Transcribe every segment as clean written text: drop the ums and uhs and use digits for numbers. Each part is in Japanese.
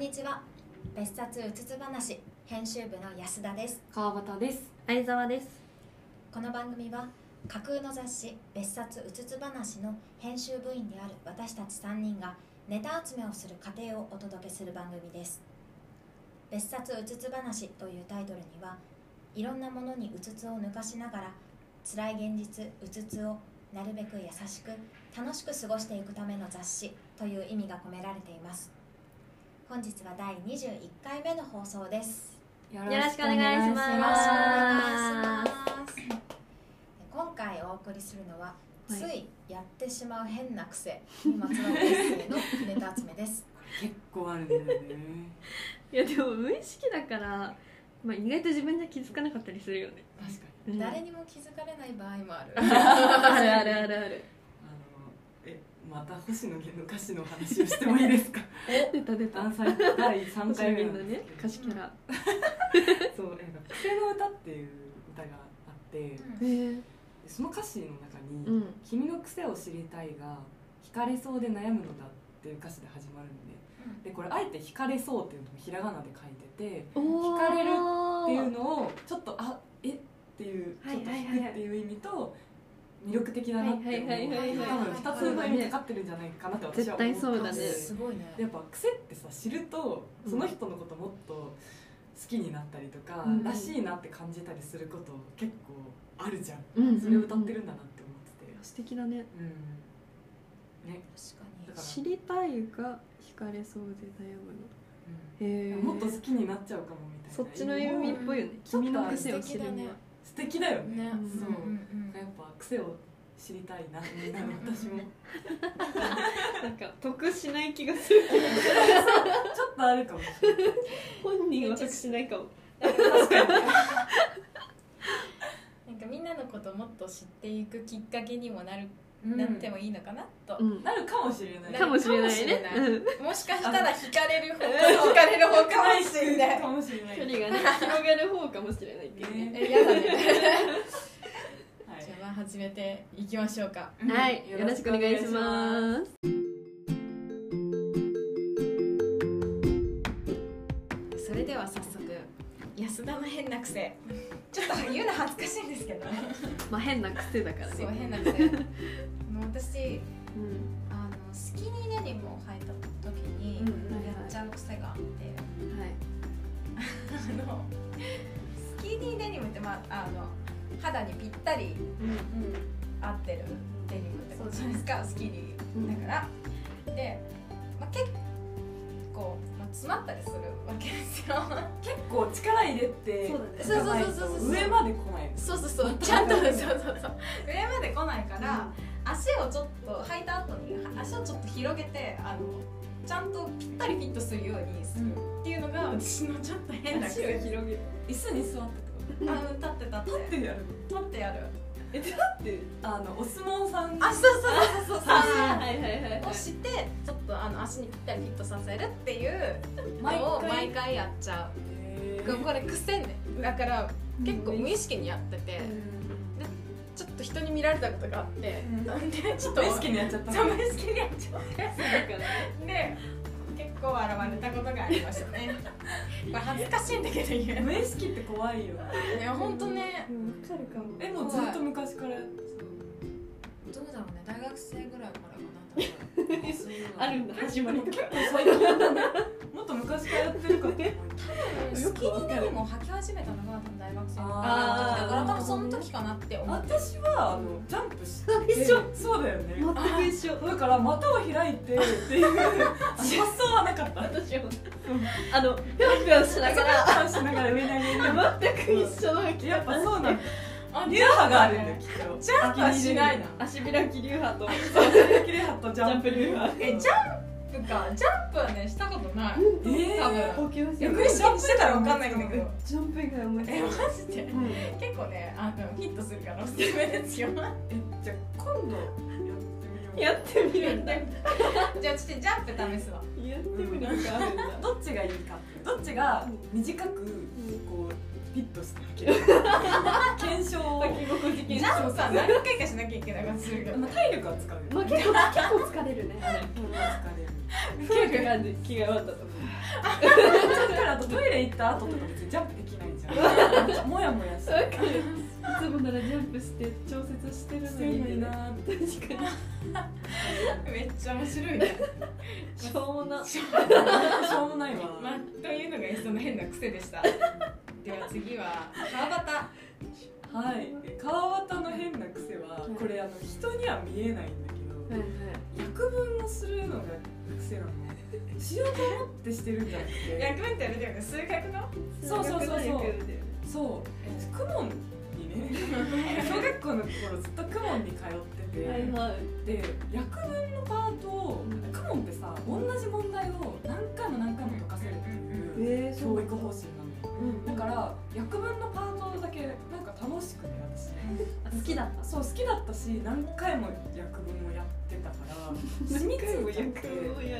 にちは。別冊うつつ話編集部の安田です。 川端です。 相沢です。 この番組は架空の雑誌別冊うつつ話の編集部員である私たち3人がネタ集めをする過程をお届けする番組です。別冊うつつ話というタイトルにはいろんなものにうつつを抜かしながら辛い現実うつつをなるべく優しく楽しく過ごしていくための雑誌という意味が込められています。本日は第21回目の放送です。 よろしくお願いします。 よろしくお願いします。今回お送りするのは、ついやってしまう変な癖にまつわるエッセイのネタ集めです。 結構あるんだよね。 いやでも無意識だから、意外と自分じゃ気づかなかったりするよね。 確かに、 誰にも気づかれない場合もある。 あるあるあるある。 また星野源の歌詞の話をしてもいいですか？ 出た。 第3回目なんですけど、 歌詞キャラ。 そう、癖の歌っていう歌があって、その歌詞の中に、君の癖を知りたいが惹かれそうで悩むのだっていう歌詞で始まるんで、これあえて惹かれそうっていうのをひらがなで書いてて、惹かれるっていうのをちょっとっていうちょっと引くっていう意味と魅力的だなって思う。多分2つの意味かかってるんじゃないかなって私は思って。 絶対そうだね。 すごいね。 やっぱ癖ってさ、知るとその人のこともっと好きになったりとか、らしいなって感じたりすること結構あるじゃん。それを歌ってるんだなって思ってて。 素敵だね。 ね。 確かに。 知りたいが惹かれそうで悩むの。 もっと好きになっちゃうかもみたいな。 そっちの意味っぽいよね。君の癖を知るには。 素敵だよね。そう。やっぱ癖を知りたいな、私も。 なんか得しない気がする。 ちょっとあるかもしれない。 本人は得しないかも。 確かに。なんかみんなのことをもっと知っていくきっかけにもなってもいいのかなと。 なるかもしれない。 かもしれないね。 もしかしたら惹かれる方かもしれない。 かもしれない。 距離がね広がる方かもしれないっていうね。 嫌だね。じゃあ始めていきましょうか。 はい、よろしくお願いします。 それでは早速安田の変な癖。ちょっと言うの恥ずかしいんですけどね。 変な癖だからね。 そう、変な癖。私、スキニーデニムを履いた時にやっちゃう癖があって、スキニーデニムって肌にぴったり合ってるデニムってことですか、スキニーだから。で、結構詰まったりするわけですよ。 結構力入れてそう上まで来ない。 そうちゃんと上まで来ないから、足をちょっと履いた後に足をちょっと広げてちゃんとぴったりフィットするようにするっていうのが私のちょっと変な癖。 足を広げる。椅子に座ってとか。 立ってやる。 立ってやる。だってお相撲さん。 そうをしてちょっと足にぴったりフィットさせるっていうのを毎回やっちゃう。これ癖ね。だから結構無意識にやってて、ちょっと人に見られたことがあって、ちょっと無意識にやっちゃった。 無意識にやっちゃってで結構笑われたことがありましたね。これ恥ずかしいんだけど言う。 無意識って怖いよ。 いや本当ね。 わかるかも。 もうずっと昔から。 どうだろうね、大学生ぐらいからかな。 あるんだ、始まりとか。 もっと昔からやってるかと思う。 スキニーデニムを履き始めたのが大学生の時だから、多分その時かなって思って。 私はジャンプして。 一緒。 そうだよね。 全く一緒。 だから股を開いてっていう発想はなかった。 私もぴょんぴょんしながら上投げる。 全く一緒の履き方。 やっぱそうなんだ。流派があるんだよきっと。 ジャンプはしないな。 足開き流派と足開き流派とジャンプ流派。 ジャンプはねしたことない。多分。 無意識にしてたらわかんないんだけど。 ジャンプ以外思いつかない。 マジで。結構ねフィットするからおすすめですよ。 じゃあ今度やってみるんだ。 じゃあジャンプ試すわ。 やってみるのがあるんだ。 どっちがいいか。どっちが短くこうピッとして履ける検証履き心地検ジ証ャンプさ何回かしなきゃいけない感じするけど、 体力は使うよ、 まあ結構疲れるねあれ疲れる気が気が終わったと思うだからあとトイレ行った後とか別にジャンプできないじゃんもやもやしていつもならジャンプして調節してるのになーって確かにめっちゃ面白いねしょうもなしょうもないわ、 というのがその変な癖でしたでは次は川端。 はい、川端の変な癖は、これ人には見えないんだけど、約分をするのが癖なの。しようと思ってしてるんじゃなくて、 約分ってあれだよね、数学のそう公文にね小学校の頃ずっと公文に通ってて、で約分のパートを公文ってさ、同じ問題を何回も解かせるっていう教育方針なの。だから約分のパートだけなんか楽しくて、私好きだった。 そう好きだったし、何回も約分をやってたから染みついちゃって。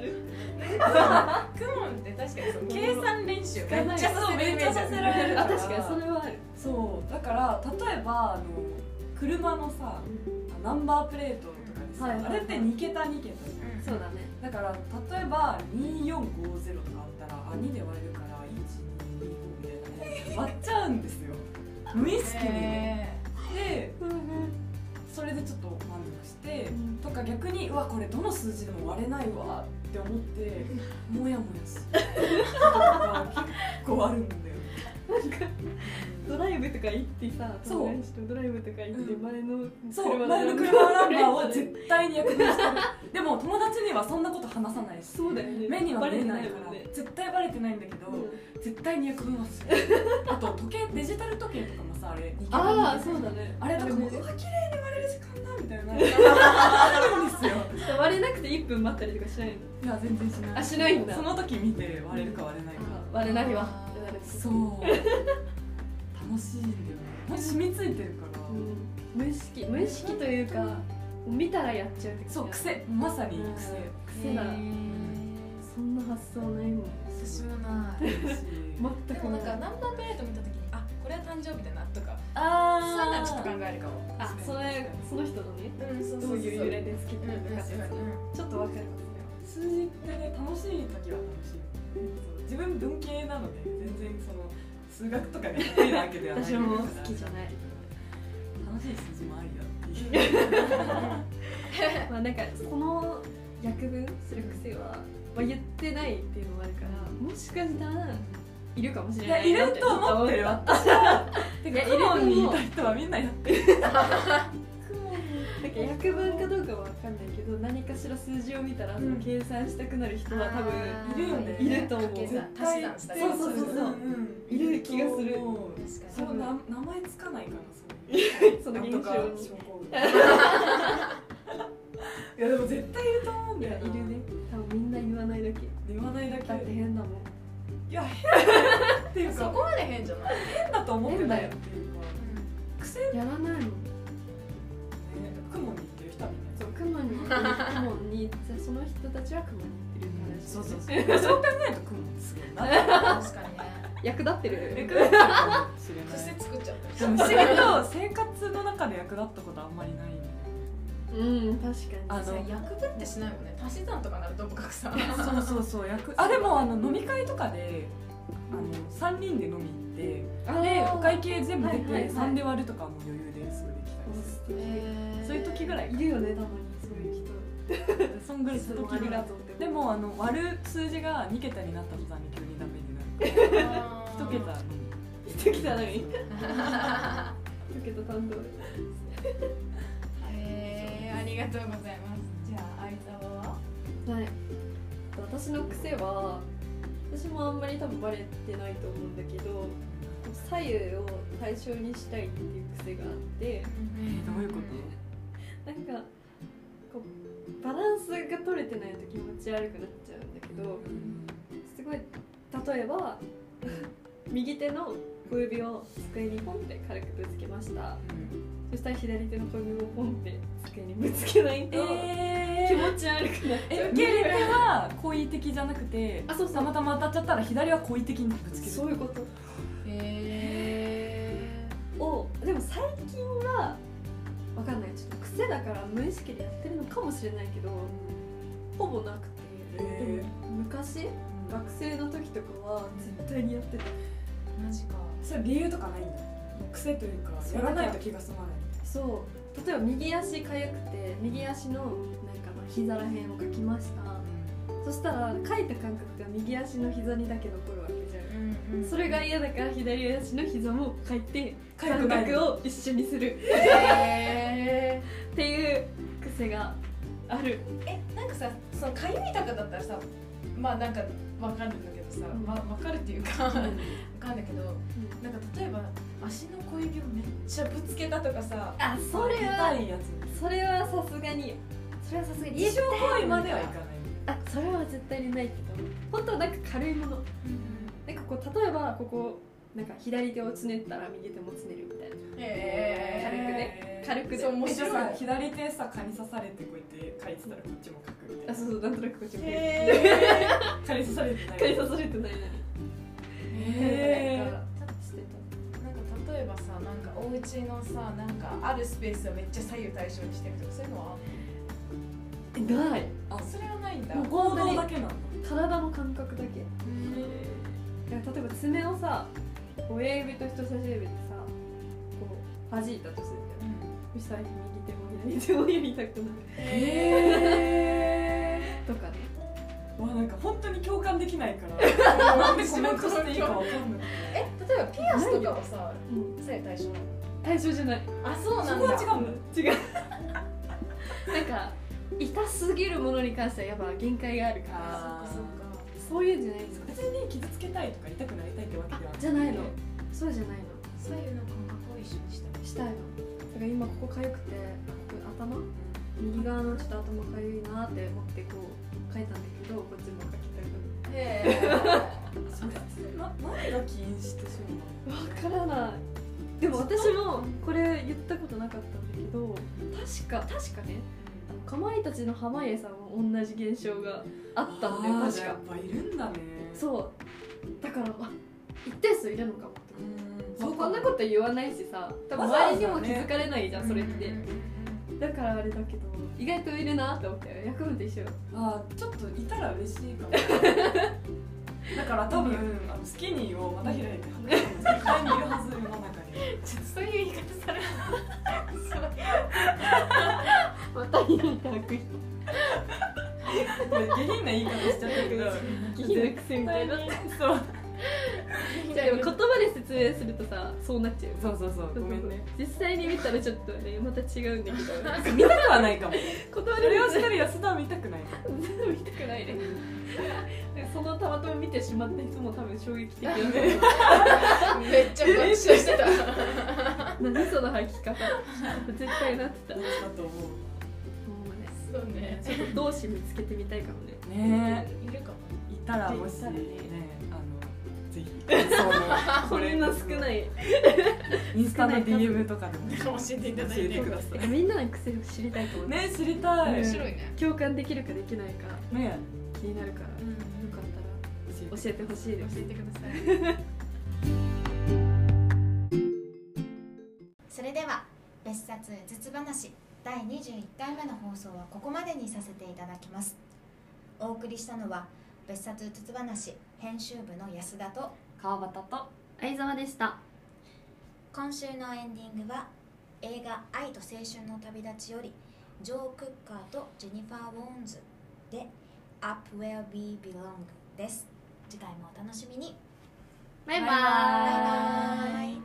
公文って確かにそう計算練習めっちゃさせられるから。確かにそれはある。 そうだから例えば車のさ、ナンバープレートとかでさ、あれって2桁2桁じゃん。 そうだね。 だから例えば2450とかあったら2で割れるから1225みたいな割っちゃうんですよ、無意識にね。でそれでちょっと満足して、とか逆にうわこれどの数字でも割れないわって思ってモヤモヤすることが結構あるんだよ。 なんかドライブとか行ってさ、友達とドライブとか行って前の車のナンバーを絶対に約分してるでも友達にはそんなこと話さないし、 そうだよね、 目には見えないから絶対バレてないんだけど、絶対に約分はするあと時計、デジタル時計とかもさ、あれ2桁ああそうだね、 あれとかもうわ綺麗に割れる時間だみたいなあるんですよ。 割れなくて1分待ったりとかしないの？ いや全然しない。 あ、しないんだ。 その時見て割れるか割れないか、 割れないわ。 そう楽しいんだよね。もう染みついてるから、 無意識というか見たらやっちゃうって。 そう癖、まさに癖だ。そんな発想ないもん。 私もない全く。 でもなんかナンバープレート見た時に、あ、これは誕生日だなとか、そういうのはちょっと考えるかも。 あ、その人のね、どういう由来でつけてるのかってちょっとわかる。 数字ってね、楽しい時は楽しい。自分文系なので全然その数学とかが得意なわけではない。 私も好きじゃない。 楽しい数字もありだっていうまあなんかこの約分する癖は、言ってないっていうのもあるから、もしかしたらいるかもしれない。 いや、いると思ってる。私はクモンにいた人はみんなやってる。 約分かどうかは分かんないけど、何かしら数字を見たら計算したくなる人は多分いるよね。 いると思う。 足し算したり。 そういる気がする。 そう名前つかないかな、 その現象。 いやでも絶対いると思うんだよ。 いるね。多分みんな言わないだけ。 言わないだけ。 だって変だもん。 いや変っていうか、 そこまで変じゃない。 変だと思ってないっていうか、癖やらないもん。 雲に行ってる人はみんな。 そう、雲にその人たちは雲に行ってるって話。 そう考えると雲すごいな。 確かにね。 役立ってる。 役立ってるかもしれない。 癖作っちゃった。 でも不思議と生活の中で役立ったことあんまりないんだよ。 確かに。 役分ってしないもんね。足し算とかなるともかくさ。 そうでも飲み会とかで3人で飲み行ってでお会計全部出て3で割るとかも余裕ですぐできたりする。そういう時ぐらいいるよね、たまにそういう人。 そんぐらいする時ありがとうって。 でも割る数字が2桁になった途端に急にダメになるから1桁の 1桁何1桁担当。 ありがとうございます。じゃあ相沢は？ はい、私の癖は、私もあんまり多分バレてないと思うんだけど、左右を対称にしたいっていう癖があって、 どういうこと？ なんかこうバランスが取れてないと気持ち悪くなっちゃうんだけど、すごい例えば右手の小指を机にポンって軽くぶつけました、そしたら左手の小指をポンって机にぶつけないと、気持ち悪くなっちゃう。 受け入れ手は好意的じゃなくて、 そうたまたま当たっちゃったら左は好意的にぶつける。 そういうこと。 でも最近はわかんない、ちょっと癖だから無意識でやってるのかもしれないけどほぼなくて、でも昔学生の時とかは絶対にやってた。 マジか。 それ理由とかないんだ。癖というかやらないと気が済まない。 そう、例えば右足かゆくて右足のなんか膝らへんをかきました、そしたらかいた感覚が右足の膝にだけ残るわけじゃん、それが嫌だから左足の膝もかいて感覚を一緒にするっていう癖がある。 なんかさ、そのかゆいとかだったらさ、まあなんかわかるんだけどさ、わかるっていうかわかるんだけど、なんか例えば足の小指をめっちゃぶつけたとかさ、 あ、それは痛いやつ。 それはさすがに異常行為まではいかない。 あ、それは絶対にないけど、本当はなんか軽いもの、なんかこう例えばここなんか左手をつねったら右手もつねるみたいな、軽くねそう、もしさ左手さ蚊に刺されてこうやって蚊に刺されてこっちもかくみたいな。 あ、そうそう、なんとなくこっちも蚊に刺されてない。 蚊に刺されてないのになんか例えばさ、なんかお家のさ、なんかあるスペースをめっちゃ左右対称にしてるとか、そういうのはない。 あ、それはないんだ。 もう行動だけなの。 体の感覚だけ。例えば爪をさ、親指と人差し指でさ、こう弾いたとするじゃん。そしたら右手も左手もやりたくなる。とかね。 わ、なんか本当に共感できないからなんでコメントしていいかわかんない。 例えばピアスとかはさ、左右対称なの？ 対象じゃない。 あ、そうなんだ。 そこは違うの？ 違う。なんか痛すぎるものに関してはやっぱ限界があるから、そういうんじゃないですか。 別に傷つけたいとか痛くなりたいってわけではじゃないの。そうじゃないの。 左右の感覚を一緒にしたいの。だから今ここかゆくて、頭右側のちょっと頭かゆいなって思ってこう書いたんだけど、こっちも書きたくない。 それ何が起因してそうなの？わからない。でも私もこれ言ったことなかったんだけど、確かね、かまいたちの濱家さんも同じ現象があったんだよ。確か。 やっぱいるんだね。 そう。だから一定数いるのかも。こんなこと言わないしさ、多分周りにも気づかれないじゃん、それって。だからあれだけど、意外といるなって思ったよ。ヤクルト一緒。 あ、ちょっといたら嬉しいかも。だから多分スキニーをまた開いて絶対にいるはず、世の中に。 ちょっとそういう言い方される。 また開いて開く人。 下品な言い方しちゃったけど、 下品な癖みたいな。 そう。 でも言葉で説明するとさ、そうなっちゃう。 そうそうそう、ごめんね。 実際に見たらちょっとね、また違うんだけど。 見たくはないかも。 言葉それをしてる安田は見たくない。 全部見たくないね。そのたまたま見てしまった人も多分衝撃的だね。 めっちゃ爆笑してた。 何その吐き方。絶対なってた。 だと思う。 そうね。 ちょっと同志見つけてみたいかもね。 ねえ、いるかも。 いたらもしね、ぜひ。 こんな少ない。 インスタの DM とかでも教えていただいてください。 みんなの癖を知りたいと思う。 ね、知りたい。 面白いね。 共感できるかできないかね、 気になるから、よかったら教えてほしいです。 教えてください。それでは別冊うつつ話第21回目の放送はここまでにさせていただきます。お送りしたのは別冊うつつ話編集部の安田と川端と相沢でした。 今週のエンディングは映画愛と青春の旅立ちよりジョー・クッカーとジェニファー・ウォーンズで Up Where We Belong です。次回もお楽しみに。 バイババイバイ。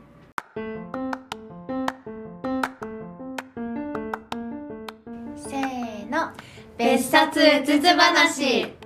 せーの、別冊うつつ話。